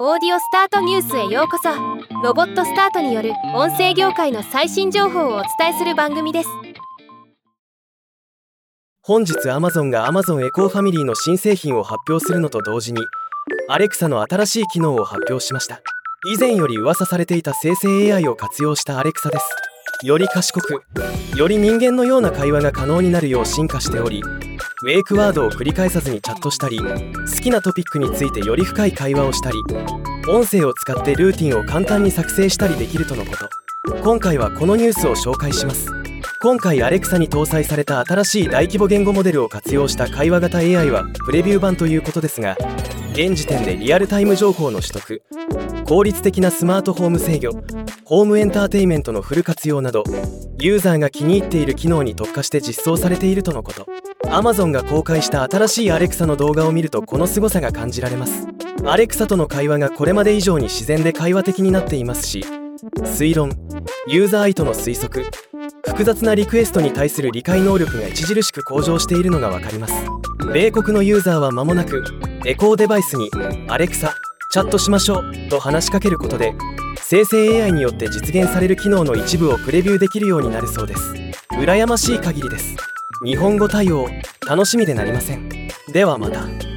オーディオスタートニュースへようこそ。ロボットスタートによる音声業界の最新情報をお伝えする番組です。 本日 Amazon が Amazon エコーファミリーの新製品を発表するのと同時に Alexa の新しい機能を発表しました。以前より噂されていた生成 AI を活用した Alexa です。より賢く、より人間のような会話が可能になるよう進化しており、ウェイクワードを繰り返さずにチャットしたり、好きなトピックについてより深い会話をしたり、音声を使ってルーティンを簡単に作成したりできるとのこと。今回はこのニュースを紹介します。今回 Alexa に搭載された新しい大規模言語モデルを活用した会話型 AI はプレビュー版ということですが、現時点でリアルタイム情報の取得、効率的なスマートホーム制御、ホームエンターテイメントのフル活用など、ユーザーが気に入っている機能に特化して実装されているとのこと。 Amazon が公開した新しい Alexa の動画を見るとこの凄さが感じられます。 Alexa との会話がこれまで以上に自然で会話的になっていますし、推論、ユーザー意図の推測、複雑なリクエストに対する理解能力が著しく向上しているのが分かります。米国のユーザーは間もなくエコーデバイスに Alexa、チャットしましょうと話しかけることで、生成 AI によって実現される機能の一部をプレビューできるようになるそうです。羨ましい限りです。日本語対応、楽しみでなりません。ではまた。